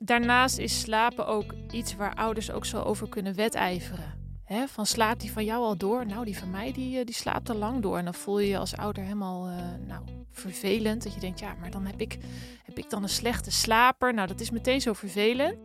Daarnaast is slapen ook iets waar ouders ook zo over kunnen wedijveren. Van slaapt die van jou al door? Nou, die van mij die slaapt al lang door. En dan voel je je als ouder helemaal vervelend. Dat je denkt, ja, maar dan heb ik dan een slechte slaper? Nou, dat is meteen zo vervelend.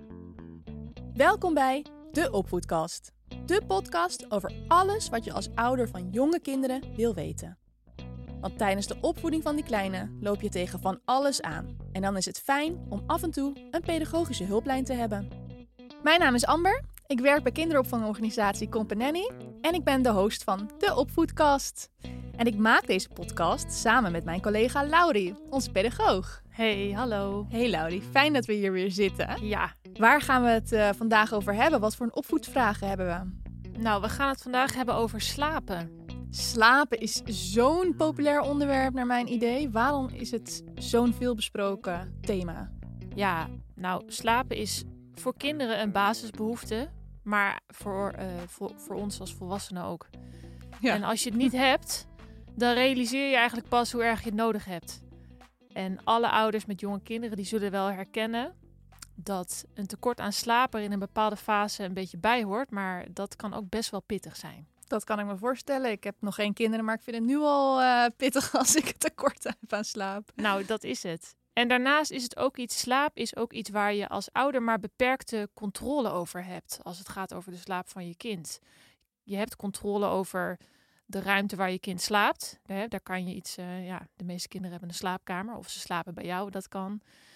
Welkom bij De Opvoedkast. De podcast over alles wat je als ouder van jonge kinderen wil weten. Want tijdens de opvoeding van die kleine loop je tegen van alles aan. En dan is het fijn om af en toe een pedagogische hulplijn te hebben. Mijn naam is Amber. Ik werk bij kinderopvangorganisatie Companany. En ik ben de host van De Opvoedkast. En ik maak deze podcast samen met mijn collega Laurie, onze pedagoog. Hey, hallo. Hey Laurie, fijn dat we hier weer zitten. Ja. Waar gaan we het vandaag over hebben? Wat voor een opvoedvragen hebben we? Nou, we gaan het vandaag hebben over slapen. Slapen is zo'n populair onderwerp naar mijn idee. Waarom is het zo'n veelbesproken thema? Ja, nou, slapen is voor kinderen een basisbehoefte, maar voor ons als volwassenen ook. Ja. En als je het niet hebt, dan realiseer je eigenlijk pas hoe erg je het nodig hebt. En alle ouders met jonge kinderen die zullen wel herkennen dat een tekort aan slaap er in een bepaalde fase een beetje bij hoort, maar dat kan ook best wel pittig zijn. Dat kan ik me voorstellen. Ik heb nog geen kinderen, maar ik vind het nu al pittig als ik tekort heb aan slaap. Nou, dat is het. En daarnaast is het ook iets, slaap is ook iets waar je als ouder maar beperkte controle over hebt als het gaat over de slaap van je kind. Je hebt controle over de ruimte waar je kind slaapt. Daar kan je iets, de meeste kinderen hebben een slaapkamer of ze slapen bij jou, dat kan.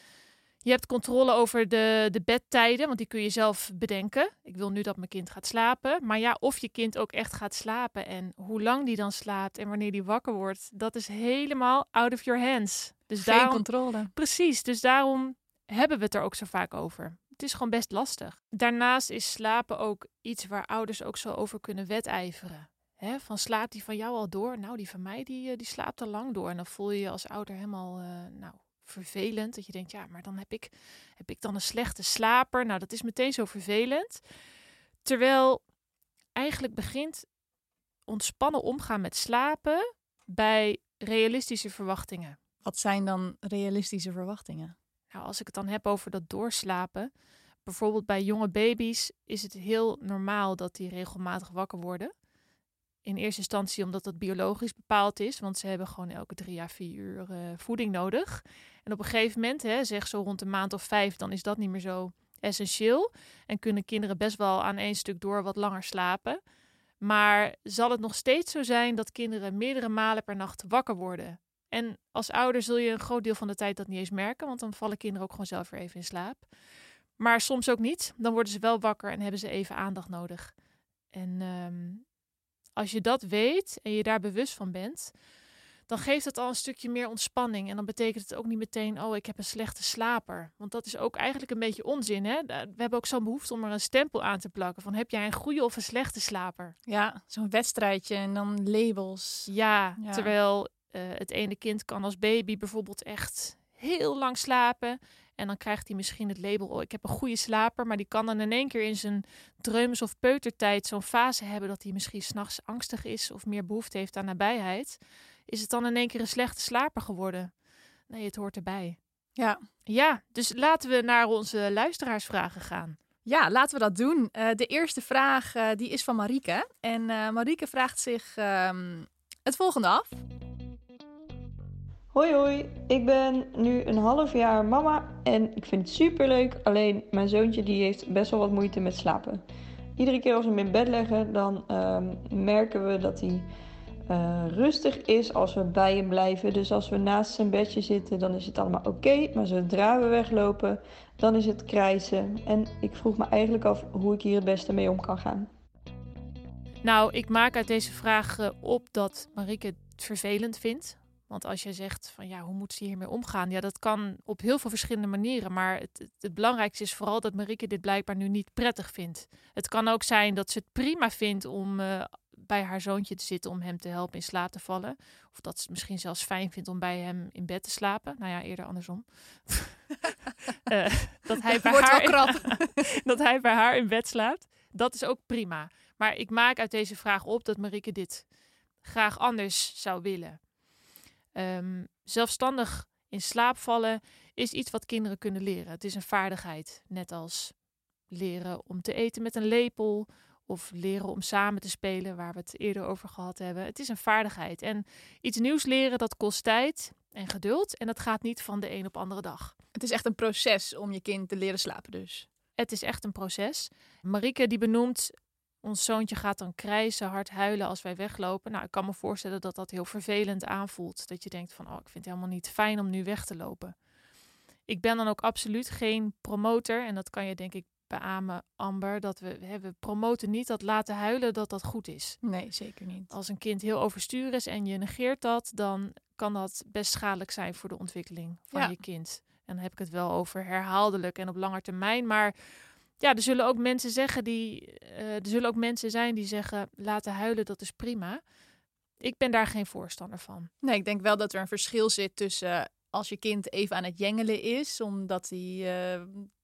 Je hebt controle over de bedtijden, want die kun je zelf bedenken. Ik wil nu dat mijn kind gaat slapen. Maar ja, of je kind ook echt gaat slapen en hoe lang die dan slaapt en wanneer die wakker wordt, dat is helemaal out of your hands. Dus geen controle. Precies, dus daarom hebben we het er ook zo vaak over. Het is gewoon best lastig. Daarnaast is slapen ook iets waar ouders ook zo over kunnen wedijveren. Van slaapt die van jou al door? Nou, die van mij die slaapt al lang door. En dan voel je je als ouder helemaal vervelend. Dat je denkt, ja, maar dan heb ik dan een slechte slaper? Nou, dat is meteen zo vervelend. Terwijl eigenlijk begint ontspannen omgaan met slapen bij realistische verwachtingen. Wat zijn dan realistische verwachtingen? Nou, als ik het dan heb over dat doorslapen. Bijvoorbeeld bij jonge baby's is het heel normaal dat die regelmatig wakker worden. In eerste instantie omdat dat biologisch bepaald is. Want ze hebben gewoon elke 3 à 4 uur voeding nodig. En op een gegeven moment, zeg zo rond een maand of 5, dan is dat niet meer zo essentieel. En kunnen kinderen best wel aan één stuk door wat langer slapen. Maar zal het nog steeds zo zijn dat kinderen meerdere malen per nacht wakker worden? En als ouder zul je een groot deel van de tijd dat niet eens merken. Want dan vallen kinderen ook gewoon zelf weer even in slaap. Maar soms ook niet. Dan worden ze wel wakker en hebben ze even aandacht nodig. En als je dat weet en je daar bewust van bent, dan geeft het al een stukje meer ontspanning. En dan betekent het ook niet meteen, oh, ik heb een slechte slaper. Want dat is ook eigenlijk een beetje onzin, hè? We hebben ook zo'n behoefte om er een stempel aan te plakken van, heb jij een goede of een slechte slaper? Ja, zo'n wedstrijdje en dan labels. Ja. Terwijl het ene kind kan als baby bijvoorbeeld echt heel lang slapen. En dan krijgt hij misschien het label, oh, ik heb een goede slaper. Maar die kan dan in één keer in zijn dreumes- of peutertijd zo'n fase hebben dat hij misschien 's nachts angstig is of meer behoefte heeft aan nabijheid. Is het dan in één keer een slechte slaper geworden? Nee, het hoort erbij. Ja, dus laten we naar onze luisteraarsvragen gaan. Ja, laten we dat doen. De eerste vraag die is van Marieke. En Marieke vraagt zich het volgende af. Hoi, ik ben nu een half jaar mama en ik vind het superleuk. Alleen mijn zoontje die heeft best wel wat moeite met slapen. Iedere keer als we hem in bed leggen, dan merken we dat hij rustig is als we bij hem blijven. Dus als we naast zijn bedje zitten, dan is het allemaal oké. Maar zodra we weglopen, dan is het krijsen. En ik vroeg me eigenlijk af hoe ik hier het beste mee om kan gaan. Nou, ik maak uit deze vraag op dat Marieke het vervelend vindt. Want als je zegt van ja, hoe moet ze hiermee omgaan? Ja, dat kan op heel veel verschillende manieren. Maar het belangrijkste is vooral dat Marieke dit blijkbaar nu niet prettig vindt. Het kan ook zijn dat ze het prima vindt om bij haar zoontje te zitten om hem te helpen in slaap te vallen. Of dat ze het misschien zelfs fijn vindt om bij hem in bed te slapen. Nou ja, eerder andersom. Dat hij bij haar in bed slaapt. Dat is ook prima. Maar ik maak uit deze vraag op dat Marieke dit graag anders zou willen. Zelfstandig in slaap vallen is iets wat kinderen kunnen leren. Het is een vaardigheid, net als leren om te eten met een lepel of leren om samen te spelen, waar we het eerder over gehad hebben. Het is een vaardigheid. En iets nieuws leren, dat kost tijd en geduld. En dat gaat niet van de een op andere dag. Het is echt een proces om je kind te leren slapen dus. Het is echt een proces. Marieke die benoemt, ons zoontje gaat dan krijsen, hard huilen als wij weglopen. Nou, ik kan me voorstellen dat dat heel vervelend aanvoelt. Dat je denkt van, ik vind het helemaal niet fijn om nu weg te lopen. Ik ben dan ook absoluut geen promotor. En dat kan je denk ik beamen, Amber. Dat we promoten niet dat laten huilen dat goed is. Nee, zeker niet. Als een kind heel overstuur is en je negeert dat, dan kan dat best schadelijk zijn voor de ontwikkeling van je kind. En dan heb ik het wel over herhaaldelijk en op lange termijn. Maar ja, er zullen ook mensen zijn die zeggen, laten huilen, dat is prima. Ik ben daar geen voorstander van. Nee, ik denk wel dat er een verschil zit tussen als je kind even aan het jengelen is, omdat hij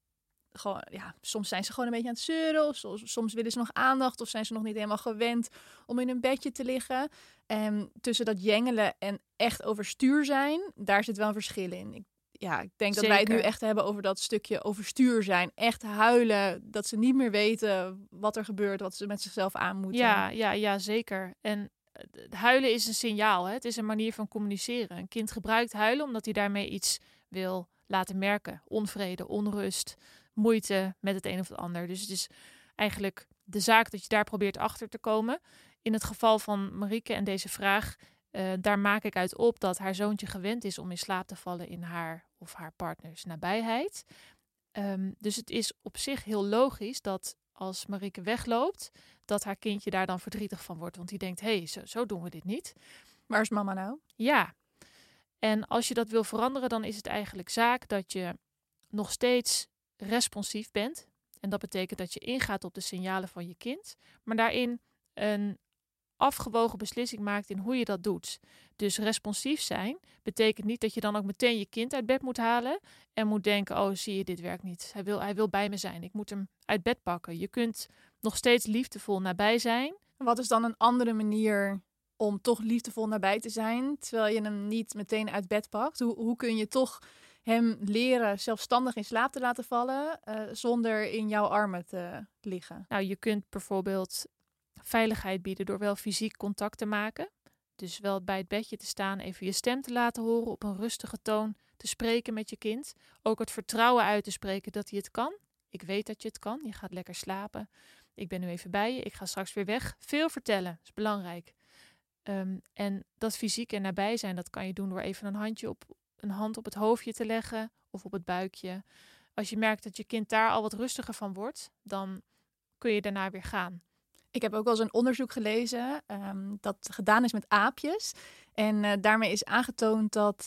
soms zijn ze gewoon een beetje aan het zeuren, of soms willen ze nog aandacht, of zijn ze nog niet helemaal gewend om in een bedje te liggen. En tussen dat jengelen en echt overstuur zijn, daar zit wel een verschil in. Ik denk dat wij het nu echt hebben over dat stukje overstuur zijn. Echt huilen, dat ze niet meer weten wat er gebeurt, wat ze met zichzelf aan moeten. Ja, zeker. En huilen is een signaal. Hè? Het is een manier van communiceren. Een kind gebruikt huilen omdat hij daarmee iets wil laten merken. Onvrede, onrust, moeite met het een of het ander. Dus het is eigenlijk de zaak dat je daar probeert achter te komen. In het geval van Marieke en deze vraag, daar maak ik uit op dat haar zoontje gewend is om in slaap te vallen in haar of haar partners nabijheid. Dus het is op zich heel logisch dat als Marieke wegloopt, dat haar kindje daar dan verdrietig van wordt. Want die denkt, zo doen we dit niet. Waar is mama nou? Ja. En als je dat wil veranderen, dan is het eigenlijk zaak dat je nog steeds responsief bent. En dat betekent dat je ingaat op de signalen van je kind. Maar daarin een afgewogen beslissing maakt in hoe je dat doet. Dus responsief zijn betekent niet dat je dan ook meteen je kind uit bed moet halen en moet denken, zie je, dit werkt niet. Hij wil bij me zijn. Ik moet hem uit bed pakken. Je kunt nog steeds liefdevol nabij zijn. Wat is dan een andere manier om toch liefdevol nabij te zijn, terwijl je hem niet meteen uit bed pakt? Hoe kun je toch hem leren zelfstandig in slaap te laten vallen zonder in jouw armen te liggen? Nou, je kunt bijvoorbeeld veiligheid bieden door wel fysiek contact te maken. Dus wel bij het bedje te staan, even je stem te laten horen, op een rustige toon te spreken met je kind. Ook het vertrouwen uit te spreken dat hij het kan. Ik weet dat je het kan, je gaat lekker slapen. Ik ben nu even bij je, ik ga straks weer weg. Veel vertellen, is belangrijk. En dat fysiek en nabij zijn, dat kan je doen door even een hand op het hoofdje te leggen of op het buikje. Als je merkt dat je kind daar al wat rustiger van wordt, dan kun je daarna weer gaan. Ik heb ook wel eens een onderzoek gelezen dat gedaan is met aapjes. En daarmee is aangetoond dat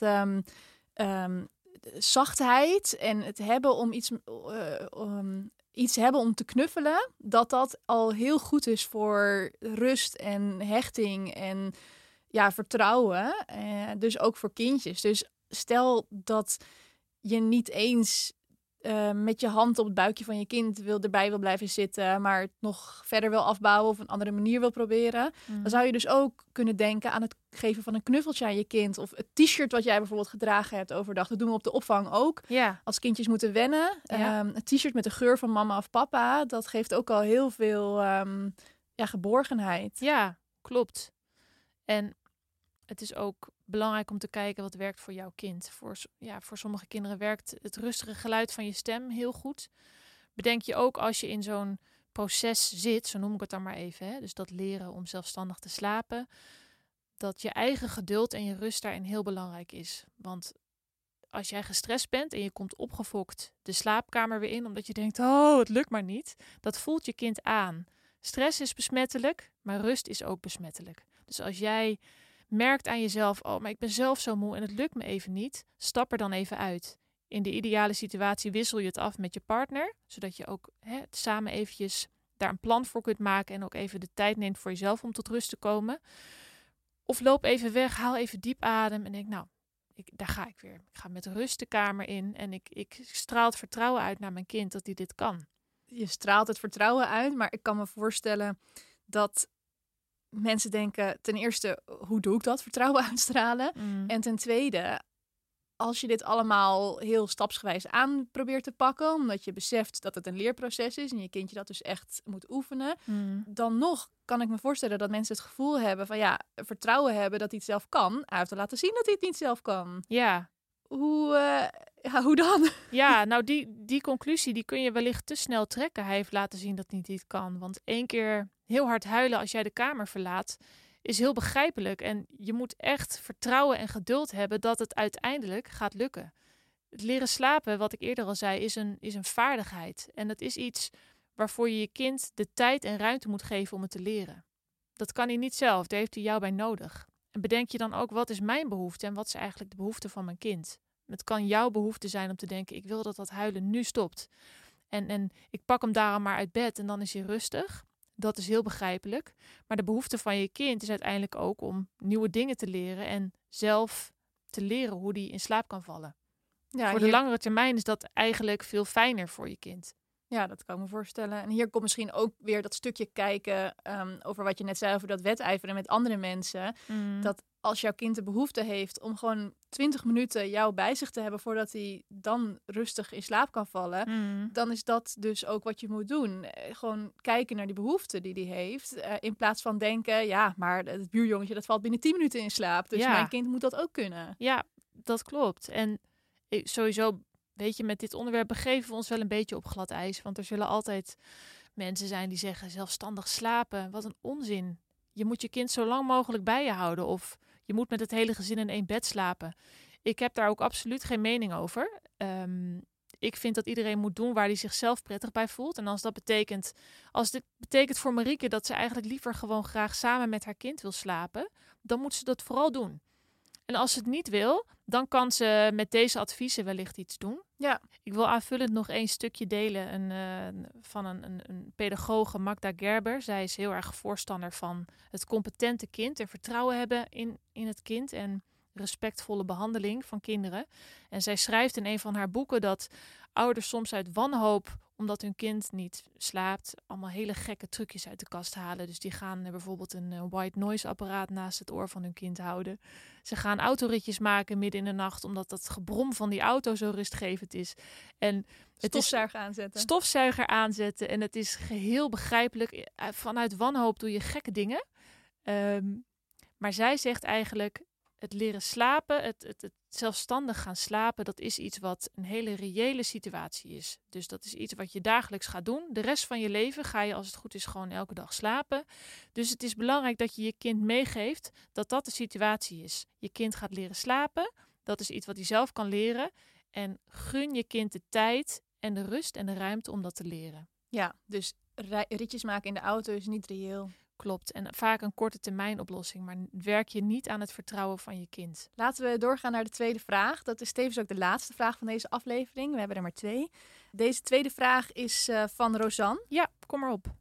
zachtheid en het hebben om iets hebben om te knuffelen, dat al heel goed is voor rust en hechting en vertrouwen. Dus ook voor kindjes. Dus stel dat je niet eens met je hand op het buikje van je kind erbij wil blijven zitten, maar het nog verder wil afbouwen of een andere manier wil proberen. Dan zou je dus ook kunnen denken aan het geven van een knuffeltje aan je kind. Of het t-shirt wat jij bijvoorbeeld gedragen hebt overdag. Dat doen we op de opvang ook. Ja. Als kindjes moeten wennen. Ja. Een t-shirt met de geur van mama of papa, dat geeft ook al heel veel geborgenheid. Ja, klopt. En het is ook belangrijk om te kijken wat werkt voor jouw kind. Voor sommige kinderen werkt het rustige geluid van je stem heel goed. Bedenk je ook als je in zo'n proces zit, zo noem ik het dan maar even, hè, dus dat leren om zelfstandig te slapen, dat je eigen geduld en je rust daarin heel belangrijk is. Want als jij gestrest bent en je komt opgefokt de slaapkamer weer in, omdat je denkt, het lukt maar niet, dat voelt je kind aan. Stress is besmettelijk, maar rust is ook besmettelijk. Dus als jij merkt aan jezelf, maar ik ben zelf zo moe en het lukt me even niet, stap er dan even uit. In de ideale situatie wissel je het af met je partner, zodat je ook samen eventjes daar een plan voor kunt maken en ook even de tijd neemt voor jezelf om tot rust te komen. Of loop even weg, haal even diep adem en denk, daar ga ik weer. Ik ga met rust de kamer in en ik straal het vertrouwen uit naar mijn kind dat hij dit kan. Je straalt het vertrouwen uit, maar ik kan me voorstellen dat mensen denken, ten eerste, hoe doe ik dat, vertrouwen uitstralen? En ten tweede, als je dit allemaal heel stapsgewijs aan probeert te pakken, omdat je beseft dat het een leerproces is en je kindje dat dus echt moet oefenen, dan nog kan ik me voorstellen dat mensen het gevoel hebben van vertrouwen hebben dat hij het zelf kan. Hij heeft te laten zien dat hij het niet zelf kan. Ja. Hoe dan? Ja, nou die conclusie die kun je wellicht te snel trekken. Hij heeft laten zien dat hij het niet kan. Want 1 keer heel hard huilen als jij de kamer verlaat is heel begrijpelijk. En je moet echt vertrouwen en geduld hebben dat het uiteindelijk gaat lukken. Het leren slapen, wat ik eerder al zei, is een vaardigheid. En dat is iets waarvoor je je kind de tijd en ruimte moet geven om het te leren. Dat kan hij niet zelf, daar heeft hij jou bij nodig. En bedenk je dan ook, wat is mijn behoefte en wat is eigenlijk de behoefte van mijn kind? Het kan jouw behoefte zijn om te denken, ik wil dat huilen nu stopt. En ik pak hem daarom maar uit bed en dan is hij rustig. Dat is heel begrijpelijk. Maar de behoefte van je kind is uiteindelijk ook om nieuwe dingen te leren en zelf te leren hoe die in slaap kan vallen. Ja, voor de langere termijn is dat eigenlijk veel fijner voor je kind. Ja, dat kan ik me voorstellen. En hier komt misschien ook weer dat stukje kijken over wat je net zei over dat wedijveren met andere mensen. Dat als jouw kind de behoefte heeft om gewoon 20 minuten jou bij zich te hebben voordat hij dan rustig in slaap kan vallen, dan is dat dus ook wat je moet doen. Gewoon kijken naar die behoefte die hij heeft. In plaats van denken, maar het buurjongetje dat valt binnen 10 minuten in slaap. Dus mijn kind moet dat ook kunnen. Ja, dat klopt. En sowieso, weet je, met dit onderwerp begeven we ons wel een beetje op glad ijs. Want er zullen altijd mensen zijn die zeggen zelfstandig slapen. Wat een onzin. Je moet je kind zo lang mogelijk bij je houden. Of je moet met het hele gezin in 1 bed slapen. Ik heb daar ook absoluut geen mening over. Ik vind dat iedereen moet doen waar hij zichzelf prettig bij voelt. En als dit betekent voor Marieke dat ze eigenlijk liever gewoon graag samen met haar kind wil slapen, dan moet ze dat vooral doen. En als ze het niet wil, dan kan ze met deze adviezen wellicht iets doen. Ja. Ik wil aanvullend nog 1 stukje delen van een pedagoge, Magda Gerber. Zij is heel erg voorstander van het competente kind en vertrouwen hebben in het kind en respectvolle behandeling van kinderen. En zij schrijft in een van haar boeken dat ouders soms uit wanhoop, omdat hun kind niet slaapt, allemaal hele gekke trucjes uit de kast halen. Dus die gaan bijvoorbeeld een white noise apparaat naast het oor van hun kind houden. Ze gaan autoritjes maken midden in de nacht, omdat dat gebrom van die auto zo rustgevend is. En stofzuiger aanzetten. En het is geheel begrijpelijk. Vanuit wanhoop doe je gekke dingen. Maar zij zegt eigenlijk, het leren slapen, het zelfstandig gaan slapen, dat is iets wat een hele reële situatie is. Dus dat is iets wat je dagelijks gaat doen. De rest van je leven ga je, als het goed is, gewoon elke dag slapen. Dus het is belangrijk dat je je kind meegeeft dat dat de situatie is. Je kind gaat leren slapen. Dat is iets wat hij zelf kan leren. En gun je kind de tijd en de rust en de ruimte om dat te leren. Ja, dus ritjes maken in de auto is niet reëel. Klopt. En vaak een korte termijn oplossing, maar werk je niet aan het vertrouwen van je kind. Laten we doorgaan naar de tweede vraag. Dat is tevens ook de laatste vraag van deze aflevering. We hebben er maar 2. Deze tweede vraag is van Rosanne. Ja, kom maar op.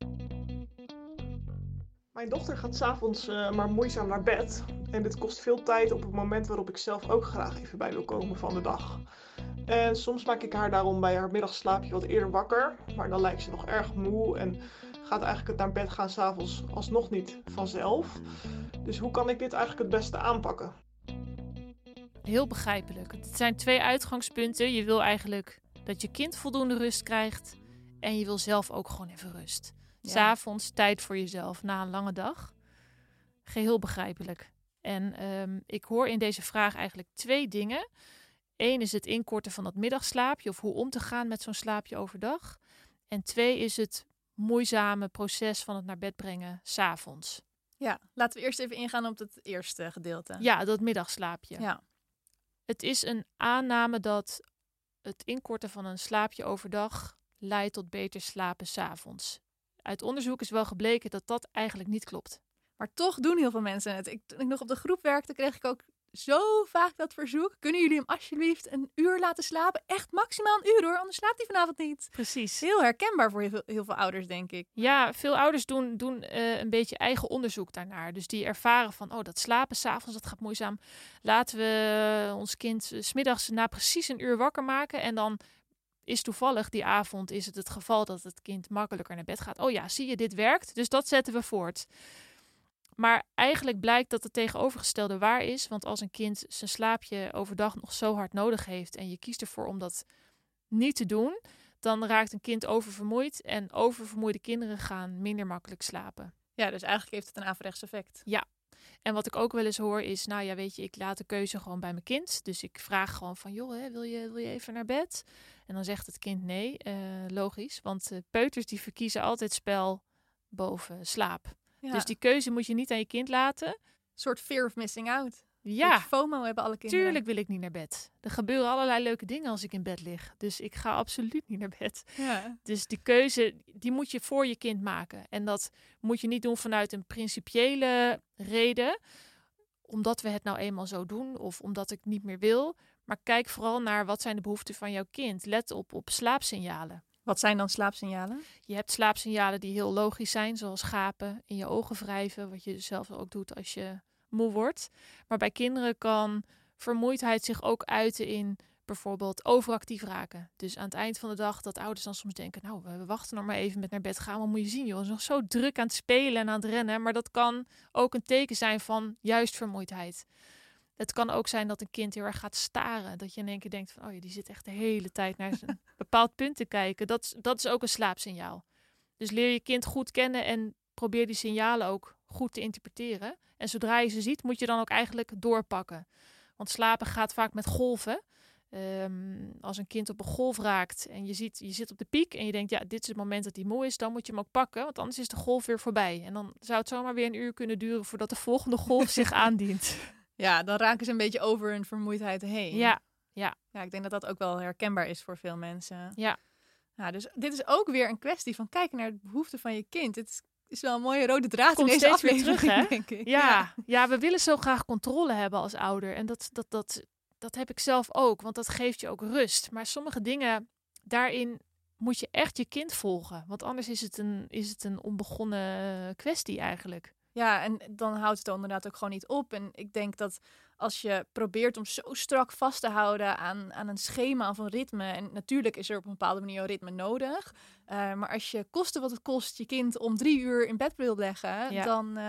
Mijn dochter gaat 's avonds maar moeizaam naar bed. En dit kost veel tijd op het moment waarop ik zelf ook graag even bij wil komen van de dag. En soms maak ik haar daarom bij haar middagslaapje wat eerder wakker. Maar dan lijkt ze nog erg moe en gaat eigenlijk het naar bed gaan 's avonds alsnog niet vanzelf. Dus hoe kan ik dit eigenlijk het beste aanpakken? Heel begrijpelijk. Het zijn 2 uitgangspunten. Je wil eigenlijk dat je kind voldoende rust krijgt. En je wil zelf ook gewoon even rust. Ja. 's Avonds tijd voor jezelf na een lange dag. Geheel begrijpelijk. En ik hoor in deze vraag eigenlijk 2 dingen. 1 is het inkorten van dat middagslaapje of hoe om te gaan met zo'n slaapje overdag. En 2 is het moeizame proces van het naar bed brengen 's avonds. Ja, laten we eerst even ingaan op het eerste gedeelte. Ja, dat middagslaapje. Ja. Het is een aanname dat het inkorten van een slaapje overdag leidt tot beter slapen 's avonds. Uit onderzoek is wel gebleken dat dat eigenlijk niet klopt. Maar toch doen heel veel mensen het. Toen ik nog op de groep werkte, kreeg ik ook zo vaak dat verzoek. Kunnen jullie hem alsjeblieft een uur laten slapen? Echt maximaal een uur hoor, anders slaapt hij vanavond niet. Precies. Heel herkenbaar voor heel veel ouders, denk ik. Ja, veel ouders doen een beetje eigen onderzoek daarnaar. Dus die ervaren van, dat slapen 's avonds, dat gaat moeizaam. Laten we ons kind 's middags na precies een uur wakker maken. En dan is toevallig die avond is het geval dat het kind makkelijker naar bed gaat. Oh ja, zie je, dit werkt. Dus dat zetten we voort. Maar eigenlijk blijkt dat het tegenovergestelde waar is. Want als een kind zijn slaapje overdag nog zo hard nodig heeft en je kiest ervoor om dat niet te doen, dan raakt een kind oververmoeid. En oververmoeide kinderen gaan minder makkelijk slapen. Ja, dus eigenlijk heeft het een averechts effect. Ja. En wat ik ook wel eens hoor is, nou ja, weet je, ik laat de keuze gewoon bij mijn kind. Dus ik vraag gewoon van, joh, wil je even naar bed? En dan zegt het kind nee, logisch. Want peuters die verkiezen altijd spel boven slaap. Ja. Dus die keuze moet je niet aan je kind laten. Een soort fear of missing out. Ja, FOMO hebben alle kinderen. tuurlijk wil ik niet naar bed. Er gebeuren allerlei leuke dingen als ik in bed lig. Dus ik ga absoluut niet naar bed. Ja. Dus die keuze, die moet je voor je kind maken. En dat moet je niet doen vanuit een principiële reden. Omdat we het nou eenmaal zo doen. Of omdat ik niet meer wil. Maar kijk vooral naar wat zijn de behoeften van jouw kind. Let op slaapsignalen. Wat zijn dan slaapsignalen? Je hebt slaapsignalen die heel logisch zijn. Zoals gapen, in je ogen wrijven. Wat je zelf ook doet als je moe wordt. Maar bij kinderen kan vermoeidheid zich ook uiten in bijvoorbeeld overactief raken. Dus aan het eind van de dag dat ouders dan soms denken, nou, we wachten nog maar even met naar bed gaan. Maar moet je zien, joh, is nog zo druk aan het spelen en aan het rennen. Maar dat kan ook een teken zijn van juist vermoeidheid. Het kan ook zijn dat een kind heel erg gaat staren. Dat je in één keer denkt van, oh ja, die zit echt de hele tijd naar een bepaald punt te kijken. Dat is ook een slaapsignaal. Dus leer je kind goed kennen en probeer die signalen ook goed te interpreteren. En zodra je ze ziet, moet je dan ook eigenlijk doorpakken. Want slapen gaat vaak met golven. Als een kind op een golf raakt en je zit op de piek en je denkt, ja, dit is het moment dat hij moe is, dan moet je hem ook pakken, want anders is de golf weer voorbij. En dan zou het zomaar weer een uur kunnen duren voordat de volgende golf zich aandient. Ja, dan raken ze een beetje over hun vermoeidheid heen. Ja. Ja, ik denk dat dat ook wel herkenbaar is voor veel mensen. Ja. Nou, dus dit is ook weer een kwestie van kijken naar de behoeften van je kind. Het is wel een mooie rode draad Komt in deze steeds weer aflevering, terug, hè? denk ik. Ja, we willen zo graag controle hebben als ouder. En dat heb ik zelf ook, want dat geeft je ook rust. Maar sommige dingen, daarin moet je echt je kind volgen. Want anders is het een onbegonnen kwestie eigenlijk. Ja, en dan houdt het er inderdaad ook gewoon niet op. En ik denk dat als je probeert om zo strak vast te houden aan een schema of een ritme. En natuurlijk is er op een bepaalde manier een ritme nodig. Maar als je koste wat het kost je kind om 3 uur in bed wil leggen. Ja.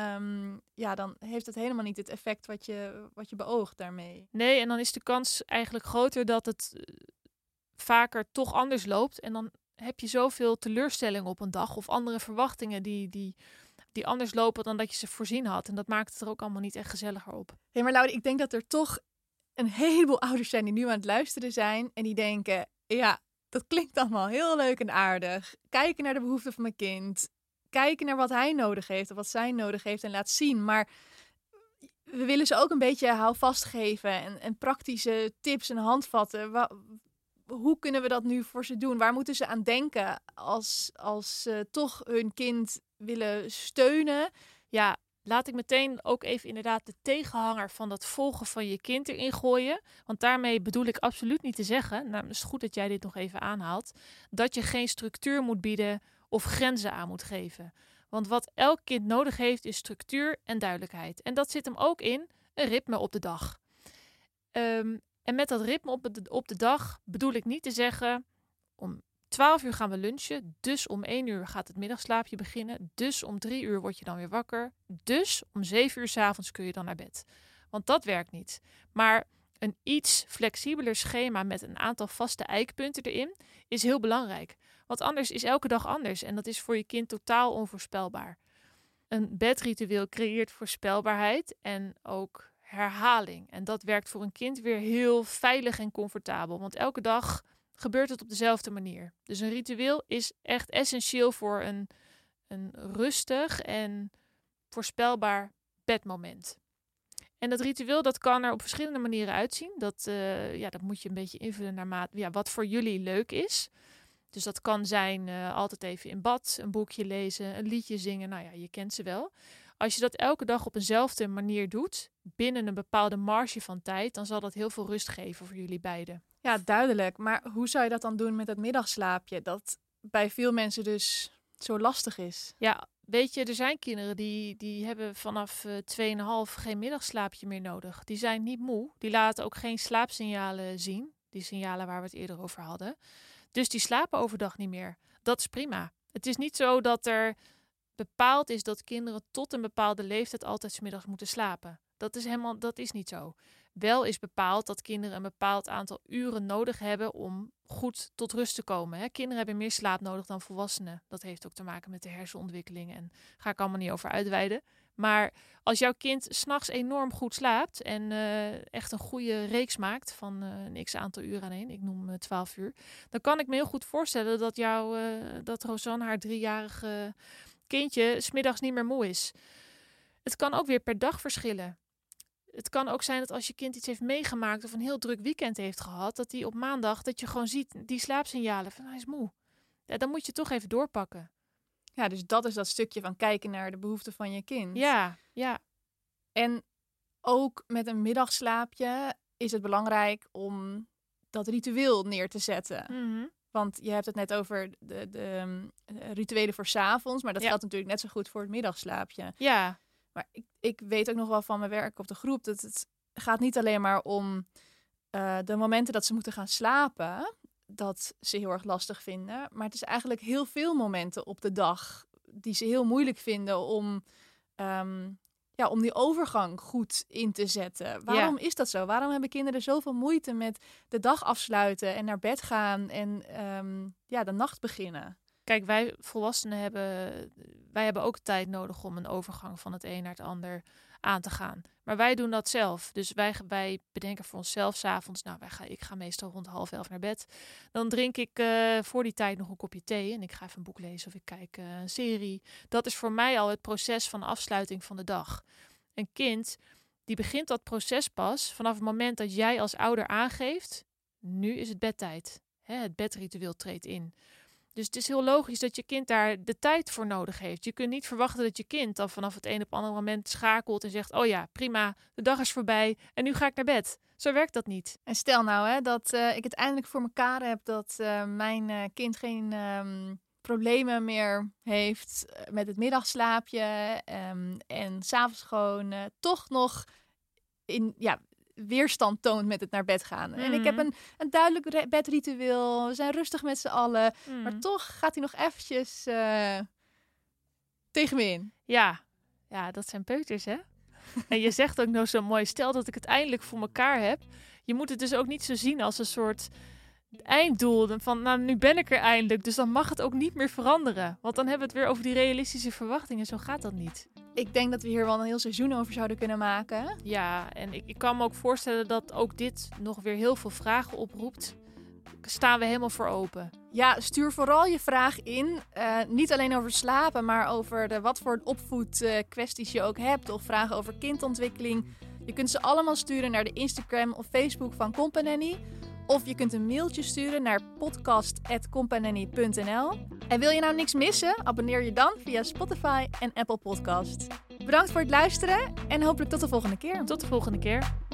Dan heeft het helemaal niet het effect wat je beoogt daarmee. Nee, en dan is de kans eigenlijk groter dat het vaker toch anders loopt. En dan heb je zoveel teleurstelling op een dag. Of andere verwachtingen die anders lopen dan dat je ze voorzien had. En dat maakt het er ook allemaal niet echt gezelliger op. Hey, maar Laura, ik denk dat er toch een heleboel ouders zijn die nu aan het luisteren zijn. En die denken, ja, dat klinkt allemaal heel leuk en aardig. Kijken naar de behoeften van mijn kind. Kijken naar wat hij nodig heeft of wat zij nodig heeft en laat zien. Maar we willen ze ook een beetje houvast geven en praktische tips en handvatten. Hoe kunnen we dat nu voor ze doen? Waar moeten ze aan denken als ze toch hun kind willen steunen? Ja, laat ik meteen ook even inderdaad de tegenhanger van dat volgen van je kind erin gooien. Want daarmee bedoel ik absoluut niet te zeggen, nou, het is goed dat jij dit nog even aanhaalt, dat je geen structuur moet bieden of grenzen aan moet geven. Want wat elk kind nodig heeft is structuur en duidelijkheid. En dat zit hem ook in een ritme op de dag. En met dat ritme op de dag bedoel ik niet te zeggen, om 12 uur gaan we lunchen, dus om 1 uur gaat het middagslaapje beginnen, dus om 3 uur word je dan weer wakker, dus om 7 uur 's avonds kun je dan naar bed. Want dat werkt niet. Maar een iets flexibeler schema met een aantal vaste eikpunten erin is heel belangrijk. Want anders is elke dag anders en dat is voor je kind totaal onvoorspelbaar. Een bedritueel creëert voorspelbaarheid en ook herhaling. En dat werkt voor een kind weer heel veilig en comfortabel. Want elke dag gebeurt het op dezelfde manier. Dus een ritueel is echt essentieel voor een rustig en voorspelbaar bedmoment. En dat ritueel dat kan er op verschillende manieren uitzien. Dat moet je een beetje invullen naar wat voor jullie leuk is. Dus dat kan zijn altijd even in bad, een boekje lezen, een liedje zingen. Nou ja, je kent ze wel. Als je dat elke dag op eenzelfde manier doet, binnen een bepaalde marge van tijd, dan zal dat heel veel rust geven voor jullie beiden. Ja, duidelijk. Maar hoe zou je dat dan doen met het middagslaapje? Dat bij veel mensen dus zo lastig is. Ja, weet je, er zijn kinderen die hebben vanaf 2,5 geen middagslaapje meer nodig. Die zijn niet moe. Die laten ook geen slaapsignalen zien. Die signalen waar we het eerder over hadden. Dus die slapen overdag niet meer. Dat is prima. Het is niet zo dat er bepaald is dat kinderen tot een bepaalde leeftijd altijd 's middags moeten slapen. Dat is niet zo. Wel is bepaald dat kinderen een bepaald aantal uren nodig hebben om goed tot rust te komen. Hè? Kinderen hebben meer slaap nodig dan volwassenen. Dat heeft ook te maken met de hersenontwikkeling en ga ik allemaal niet over uitweiden. Maar als jouw kind 's nachts enorm goed slaapt en echt een goede reeks maakt van een x-aantal uur aan één, ik noem 12 uur, dan kan ik me heel goed voorstellen dat Rosanne, haar 3-jarige kindje, 's middags niet meer moe is. Het kan ook weer per dag verschillen. Het kan ook zijn dat als je kind iets heeft meegemaakt of een heel druk weekend heeft gehad, dat die op maandag, dat je gewoon ziet die slaapsignalen van hij is moe. Ja, dan moet je toch even doorpakken. Ja, dus dat is dat stukje van kijken naar de behoeften van je kind. Ja. En ook met een middagslaapje is het belangrijk om dat ritueel neer te zetten. Mm-hmm. Want je hebt het net over de rituelen voor 's avonds, maar dat geldt natuurlijk net zo goed voor het middagslaapje. Ja. Maar ik weet ook nog wel van mijn werk op de groep dat het gaat niet alleen maar om de momenten dat ze moeten gaan slapen, dat ze heel erg lastig vinden. Maar het is eigenlijk heel veel momenten op de dag die ze heel moeilijk vinden om die overgang goed in te zetten. Waarom is dat zo? Waarom hebben kinderen zoveel moeite met de dag afsluiten en naar bed gaan en de nacht beginnen? Kijk, wij volwassenen hebben ook tijd nodig om een overgang van het een naar het ander aan te gaan. Maar wij doen dat zelf. Dus wij bedenken voor onszelf 's avonds, ik ga meestal rond 10:30 naar bed. Dan drink ik voor die tijd nog een kopje thee en ik ga even een boek lezen of ik kijk een serie. Dat is voor mij al het proces van afsluiting van de dag. Een kind, die begint dat proces pas vanaf het moment dat jij als ouder aangeeft, nu is het bedtijd. Het bedritueel treedt in. Dus het is heel logisch dat je kind daar de tijd voor nodig heeft. Je kunt niet verwachten dat je kind dan vanaf het een op het andere moment schakelt en zegt, oh ja, prima, de dag is voorbij en nu ga ik naar bed. Zo werkt dat niet. En stel nou dat ik het eindelijk voor elkaar heb dat mijn kind geen problemen meer heeft met het middagslaapje en 's avonds gewoon toch nog weerstand toont met het naar bed gaan. En ik heb een duidelijk bedritueel. We zijn rustig met z'n allen. Maar toch gaat hij nog eventjes tegen me in. Ja, dat zijn peuters, hè? En je zegt ook nog zo mooi, stel dat ik het eindelijk voor elkaar heb. Je moet het dus ook niet zo zien als een soort einddoel. Van, nu ben ik er eindelijk. Dus dan mag het ook niet meer veranderen. Want dan hebben we het weer over die realistische verwachtingen. Zo gaat dat niet. Ik denk dat we hier wel een heel seizoen over zouden kunnen maken. Ja, en ik kan me ook voorstellen dat ook dit nog weer heel veel vragen oproept. Staan we helemaal voor open. Ja, stuur vooral je vraag in. Niet alleen over slapen, maar over wat voor opvoedkwesties je ook hebt. Of vragen over kindontwikkeling. Je kunt ze allemaal sturen naar de Instagram of Facebook van Companany. Of je kunt een mailtje sturen naar podcast@companany.nl. En wil je nou niks missen? Abonneer je dan via Spotify en Apple Podcast. Bedankt voor het luisteren en hopelijk tot de volgende keer. Tot de volgende keer.